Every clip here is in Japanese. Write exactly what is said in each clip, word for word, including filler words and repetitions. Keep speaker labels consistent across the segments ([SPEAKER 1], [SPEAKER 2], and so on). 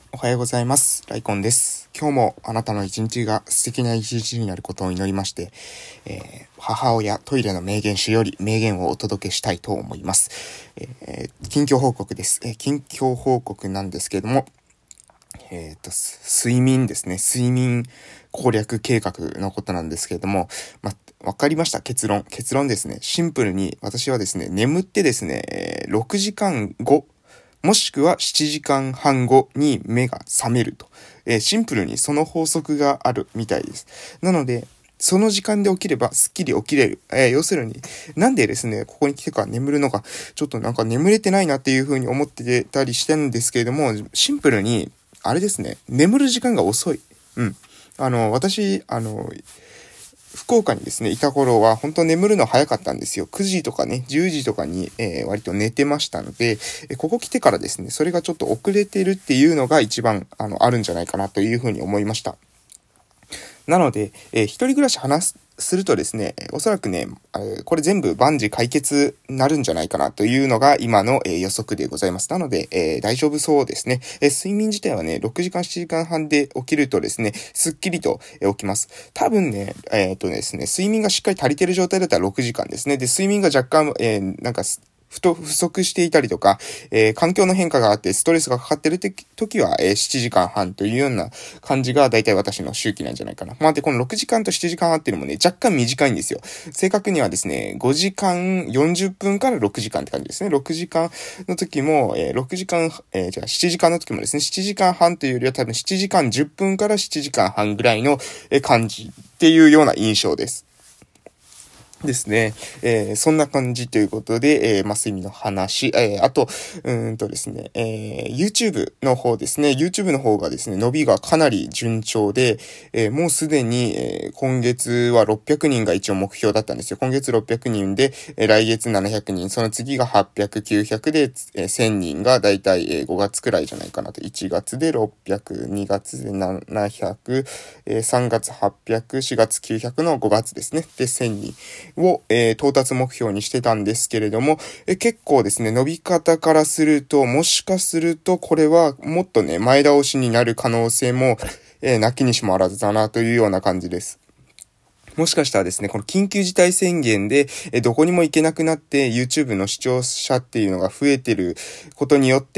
[SPEAKER 1] おはようございます。ライコンです。今日もあなたの一日が素敵な一日になることを祈りまして、えー、母親トイレの名言集より名言をお届けしたいと思います。えー、近況報告です。えー、近況報告なんですけれども、えーと、睡眠ですね。睡眠攻略計画のことなんですけれども、ま、わかりました。結論。結論ですね。シンプルに私はですね、眠ってですね、ろくじかんご、もしくはしちじかんはんごに目が覚めると。えー、シンプルにその法則があるみたいです。なので、その時間で起きればすっきり起きれる。えー、要するに、なんでですね、ここに来てから眠るのが、ちょっとなんか眠れてないなっていう風に思ってたりしてるんですけれども、シンプルに、あれですね、眠る時間が遅い。うん。あの、私、あの、福岡にですね、いた頃は本当眠るの早かったんですよ。くじとかね、じゅうじとかに、えー、割と寝てましたので、えー、ここ来てからですね、それがちょっと遅れてるっていうのが一番、あの、あるんじゃないかなというふうに思いました。なので、えー、一人暮らし話す、するとですね、おそらくね、これ全部万事解決になるんじゃないかなというのが今の、えー、予測でございます。なので、えー、大丈夫そうですね、えー。睡眠自体はね、ろくじかん、しちじかんはんで起きるとですね、すっきりと、えー、起きます。多分ね、えー、っとですね、睡眠がしっかり足りてる状態だったらろくじかんですね。で、睡眠が若干、えー、なんか、ふと不足していたりとか、えー、環境の変化があってストレスがかかってる時は、えー、しちじかんはんというような感じが大体私の周期なんじゃないかな。まあ、で、このろくじかんとしちじかんはんっていうのもね、若干短いんですよ。正確にはですね、ごじかんよんじゅっぷんからろくじかんって感じですね。ろくじかんの時も、えー、ろくじかん、えー、じゃあしちじかんの時もですね、しちじかんはんというよりは多分しちじかんじゅっぷんからしちじかんはんぐらいの感じっていうような印象です。ですね。えー、そんな感じということで、えー、まあ、睡眠の話、えー、あと、うーんとですね、えー、YouTube の方ですね、YouTube の方がですね、伸びがかなり順調で、えー、もうすでに、えー、今月はろっぴゃくにんが一応目標だったんですよ。今月ろっぴゃくにんで、えー、来月ななひゃくにん、その次がはっぴゃく、きゅうひゃくで、えー、せんにんがだいたい、えー、ごがつくらいじゃないかなと。いちがつでろっぴゃく、にがつでななひゃく、えー、さんがつはっぴゃく、しがつきゅうひゃくのごがつですね。で、せんにん。を、えー、到達目標にしてたんですけれども、えー、結構ですね、伸び方からすると、もしかするとこれはもっとね、前倒しになる可能性も、えー、なきにしもあらずだなというような感じです。もしかしたらですね、この緊急事態宣言で、えどこにも行けなくなって YouTube の視聴者っていうのが増えてることによって、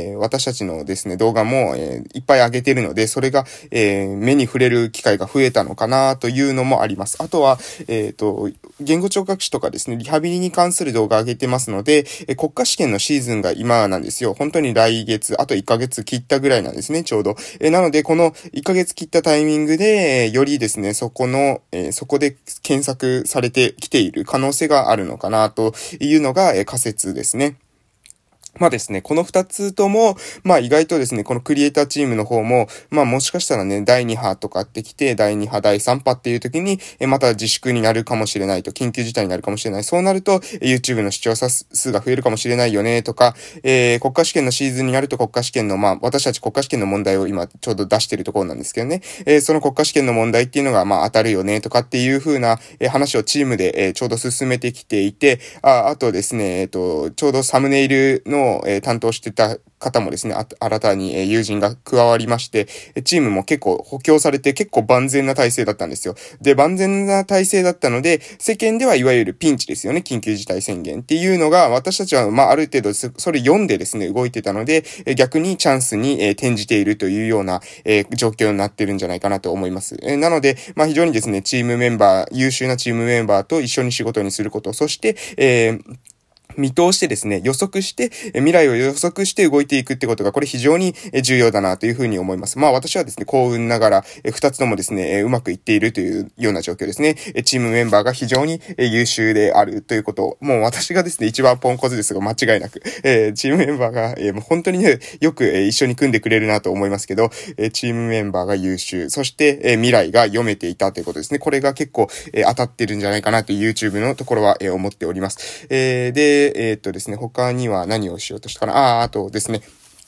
[SPEAKER 1] えー、私たちのですね、動画も、えー、いっぱい上げてるので、それが、えー、目に触れる機会が増えたのかなというのもあります。あとは、えっと、言語聴覚士とかですね、リハビリに関する動画上げてますので、えー、国家試験のシーズンが今なんですよ。本当に来月、あといっかげつ切ったぐらいなんですね、ちょうど。えー、なので、このいっかげつ切ったタイミングで、よりですね、そこの、えー、そこで検索されてきている可能性があるのかなというのが、えー、仮説ですね。まあですね、この二つとも、まあ意外とですね、このクリエイターチームの方も、まあもしかしたらね、だいに波とかってきて、だいに波、だいさん波っていう時に、えまた自粛になるかもしれないと、緊急事態になるかもしれない。そうなると、YouTube の視聴者数が増えるかもしれないよね、とか、えー、国家試験のシーズンになると国家試験の、まあ私たち国家試験の問題を今ちょうど出してるところなんですけどね、えー、その国家試験の問題っていうのが、まあ当たるよね、とかっていう風な、えー、話をチームで、えー、ちょうど進めてきていて、あ、あとですね、えっと、ちょうどサムネイルのえー、担当してた方もですね、新たに、えー、友人が加わりまして、チームも結構補強されて結構万全な体制だったんですよ。で、万全な体制だったので、世間ではいわゆるピンチですよね、緊急事態宣言っていうのが、私たちは、まあ、ある程度それ読んでですね、動いてたので、えー、逆にチャンスに、えー、転じているというような、えー、状況になってるんじゃないかなと思います。えー、なので、まあ、非常にですね、チームメンバー、優秀なチームメンバーと一緒に仕事にすること、そして、えー見通してですね、予測して、未来を予測して動いていくってことが、これ非常に重要だなというふうに思います。まあ私はですね、幸運ながら、二つともですね、うまくいっているというような状況ですね。チームメンバーが非常に優秀であるということを、もう私がですね、一番ポンコツですが間違いなく、えー、チームメンバーが、えー、もう本当にね、よく、えー、一緒に組んでくれるなと思いますけど、えー、チームメンバーが優秀、そして、えー、未来が読めていたということですね。これが結構、えー、当たってるんじゃないかなという YouTube のところは、えー、思っております。えー、で、えー、っとですね、他には何をしようとしたかな。ああ、あとですね、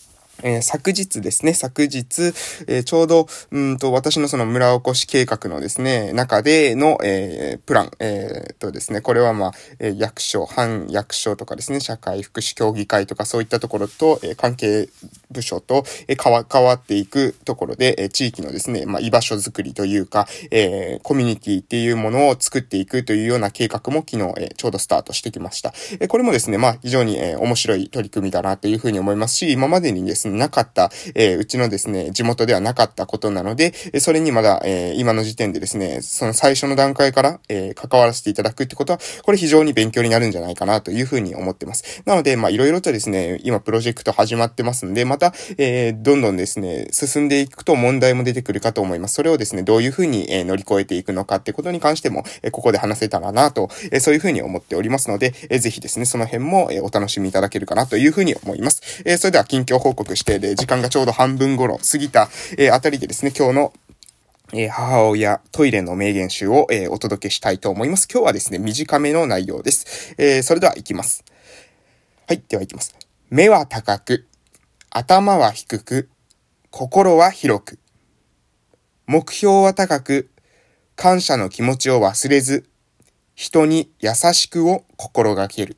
[SPEAKER 1] えー、昨日ですね、昨日、えー、ちょうど、うんと、私のその村おこし計画のですね、中での、えー、プラン、えー、とですね、これはまあ、えー、役所、反役所とかですね、社会福祉協議会とかそういったところと、えー、関係部署と、えー、変わ、変わっていくところで、えー、地域のですね、まあ、居場所づくりというか、えー、コミュニティっていうものを作っていくというような計画も昨日、えー、ちょうどスタートしてきました。えー、これもですね、まあ、非常に、えー、面白い取り組みだなというふうに思いますし、今までにですね、なかった、えー、うちのですね、地元ではなかったことなので、それにまだ、えー、今の時点でですね、その最初の段階から、えー、関わらせていただくってことは、これ非常に勉強になるんじゃないかなというふうに思ってます。なので、まあ、いろいろとですね、今プロジェクト始まってますんで、また、えー、どんどんですね、進んでいくと問題も出てくるかと思います。それをですね、どういうふうに、えー、乗り越えていくのかってことに関しても、えー、ここで話せたらなと、えー、そういうふうに思っておりますので、えー、ぜひですね、その辺も、えー、お楽しみいただけるかなというふうに思います。えー、それでは近況報告して、で、時間がちょうど半分頃過ぎた、えー、あたりでですね、今日のえー、母親トイレの名言集を、えー、お届けしたいと思います。今日はですね、短めの内容です。えー、それでは行きます。はい、では行きます。目は高く、頭は低く、心は広く。目標は高く、感謝の気持ちを忘れず、人に優しくを心がける。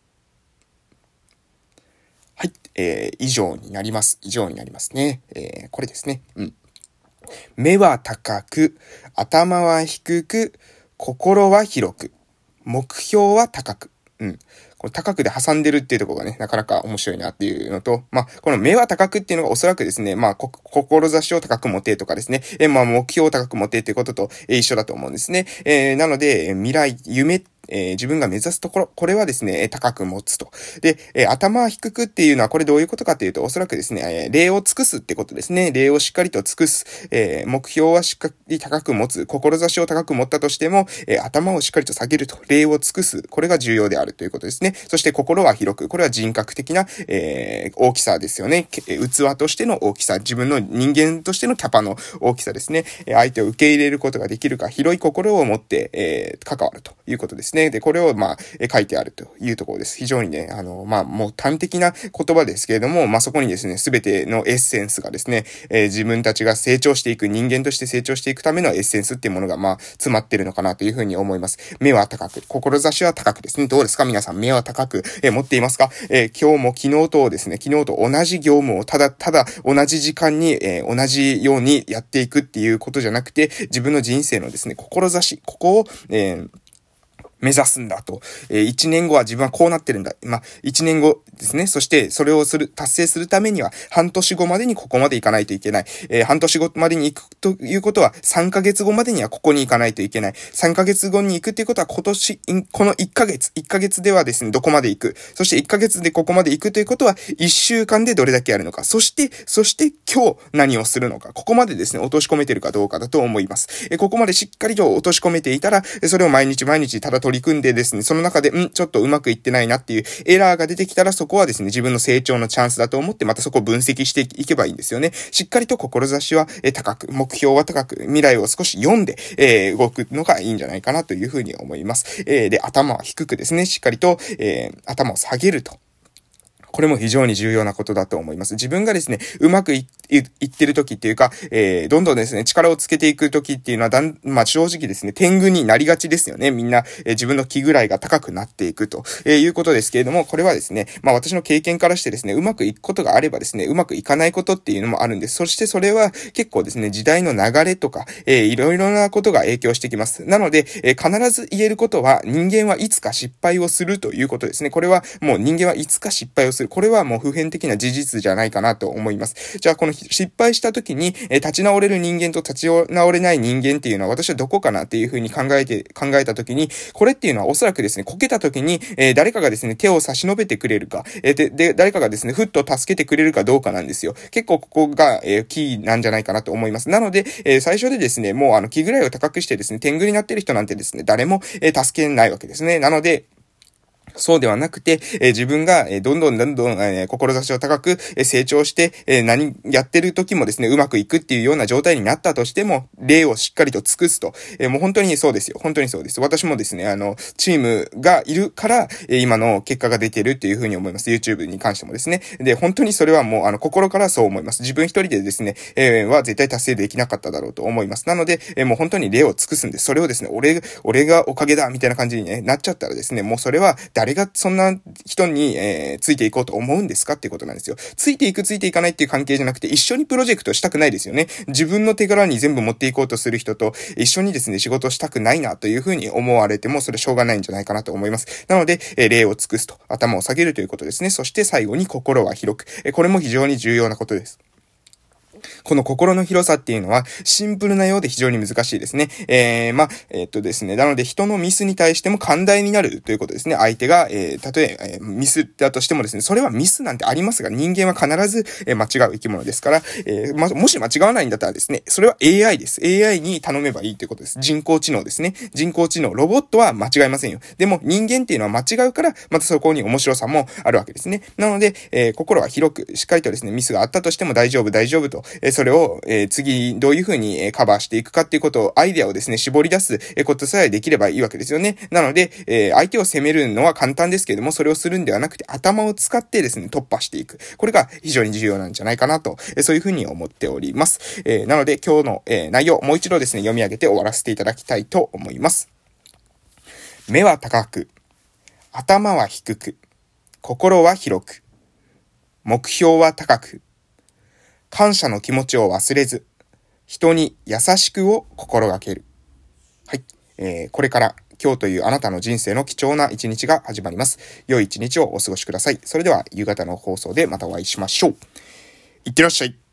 [SPEAKER 1] はい、えー、以上になります。以上になりますね。えー、これですね。うん。目は高く、頭は低く、心は広く、目標は高く。うん。この高くで挟んでるっていうところがね、なかなか面白いなっていうのと、まあ、この目は高くっていうのがおそらくですね、まあ、こ、志を高く持てとかですね、えまあ、目標を高く持てっていうことと、えー、一緒だと思うんですね。えー、なので、未来、夢、えー、自分が目指すところ、これはですね、高く持つと。で、えー、頭は低くっていうのは、これどういうことかというと、おそらくですね、えー、礼を尽くすってことですね。礼をしっかりと尽くす。えー、目標はしっかり高く持つ。志を高く持ったとしても、えー、頭をしっかりと下げると。礼を尽くす。これが重要であるということですね。そして心は広く。これは人格的な、えー、大きさですよね。器としての大きさ。自分の人間としてのキャパの大きさですね。相手を受け入れることができるか、広い心を持って、えー、関わるということですね。で、これを、まあ、書いてあるというところです。非常にね、あの、まあ、もう端的な言葉ですけれども、まあ、そこにですね、すべてのエッセンスがですね、えー、自分たちが成長していく、人間として成長していくためのエッセンスっていうものが、まあ、詰まってるのかなというふうに思います。目は高く、志は高くですね。どうですか皆さん、目は高く、えー、持っていますか？えー、今日も昨日とですね、昨日と同じ業務をただただ同じ時間に、えー、同じようにやっていくっていうことじゃなくて、自分の人生のですね、志、ここを、えー目指すんだと。えー、一年後は自分はこうなってるんだ。まあ、一年後ですね。そして、それをする、達成するためには、半年後までにここまで行かないといけない。えー、半年後までに行くということは、さんかげつごまでにはここに行かないといけない。さんかげつごに行くっていうことは、今年、このいっかげつ、いっかげつではですね、どこまで行く。そしていっかげつでここまで行くということは、いっしゅうかんでどれだけやるのか。そして、そして今日何をするのか。ここまでですね、落とし込めてるかどうかだと思います。えー、ここまでしっかりと落とし込めていたら、それを毎日毎日ただ取り組んでですね、その中で、んちょっとうまくいってないなっていうエラーが出てきたら、そこはですね、自分の成長のチャンスだと思って、またそこを分析していけばいいんですよね。しっかりと志は高く、目標は高く、未来を少し読んで、えー、動くのがいいんじゃないかなというふうに思います。えー、で、頭は低くですね、しっかりと、えー、頭を下げると。これも非常に重要なことだと思います。自分がですね、うまくい、い、いってる時っていうか、えー、どんどんですね、力をつけていく時っていうのはだん、まあ、正直ですね、天狗になりがちですよね。みんな、えー、自分の気ぐらいが高くなっていくと、えー、いうことですけれども、これはですね、まあ、私の経験からしてですね、うまくいくことがあればですね、うまくいかないことっていうのもあるんです。そしてそれは結構ですね、時代の流れとか、えー、いろいろなことが影響してきます。なので、えー、必ず言えることは、人間はいつか失敗をするということですね。これはもう人間はいつか失敗をする。これはもう普遍的な事実じゃないかなと思います。じゃあこの失敗した時に、えー、立ち直れる人間と立ち直れない人間っていうのは私はどこかなっていうふうに考えて、考えた時に、これっていうのはおそらくですね、こけた時に、えー、誰かがですね、手を差し伸べてくれるか、えー、で、で、誰かがですね、ふっと助けてくれるかどうかなんですよ。結構ここが、えー、キーなんじゃないかなと思います。なので、えー、最初でですね、もうあの、気ぐらいを高くしてですね、天狗になってる人なんてですね、誰も、えー、助けないわけですね。なので、 そうではなくて、えー、自分が、えー、どんどんどんどん、えー、志を高く、えー、成長して、えー、何やってる時もですね、うまくいくっていうような状態になったとしても、礼をしっかりと尽くすと。えー、もう本当にそうですよ。本当にそうです。私もですね、あの、チームがいるから、えー、今の結果が出てるっていうふうに思います。YouTube に関してもですね。で、本当にそれはもう、あの、心からそう思います。自分一人でですね、えー、は絶対達成できなかっただろうと思います。なので、えー、もう本当に礼を尽くすんです。それをですね、俺、俺がおかげだみたいな感じに、ね、なっちゃったらですね、もうそれは誰がそんな人に、えー、ついていこうと思うんですかっていうことなんですよ。ついていくついていかないっていう関係じゃなくて、一緒にプロジェクトしたくないですよね。自分の手柄に全部持っていこうとする人と一緒にですね、仕事したくないなというふうに思われても、それしょうがないんじゃないかなと思います。なので、えー、礼を尽くすと、頭を下げるということですね。そして最後に心は広く。えー、これも非常に重要なことです。この心の広さっていうのはシンプルなようで非常に難しいですね。えー、まあ、えー、っとですね。なので人のミスに対しても寛大になるということですね。相手が、えー、たとええー、ミスだとしてもですね、それはミスなんてありますが、人間は必ず、えー、間違う生き物ですから、えーま、もし間違わないんだったらですね、それは エーアイ です。エーアイ に頼めばいいということです。人工知能ですね。人工知能、ロボットは間違いませんよ。でも人間っていうのは間違うから、またそこに面白さもあるわけですね。なので、えー、心は広く、しっかりとですね、ミスがあったとしても大丈夫、大丈夫と、えー、それを、えー、次どういう風に、えー、カバーしていくかっていうことを、アイデアをですね、絞り出す、えー、ことさえできればいいわけですよね。なので、えー、相手を責めるのは簡単ですけれども、それをするんではなくて、頭を使ってですね、突破していく。これが非常に重要なんじゃないかなと、えー、そういう風に思っております。えー、なので、今日の、えー、内容、もう一度ですね、読み上げて終わらせていただきたいと思います。目は高く、頭は低く、心は広く、目標は高く、感謝の気持ちを忘れず、人に優しくを心がける。はい、えー、これから今日というあなたの人生の貴重な一日が始まります。良い一日をお過ごしください。それでは夕方の放送でまたお会いしましょう。いってらっしゃい。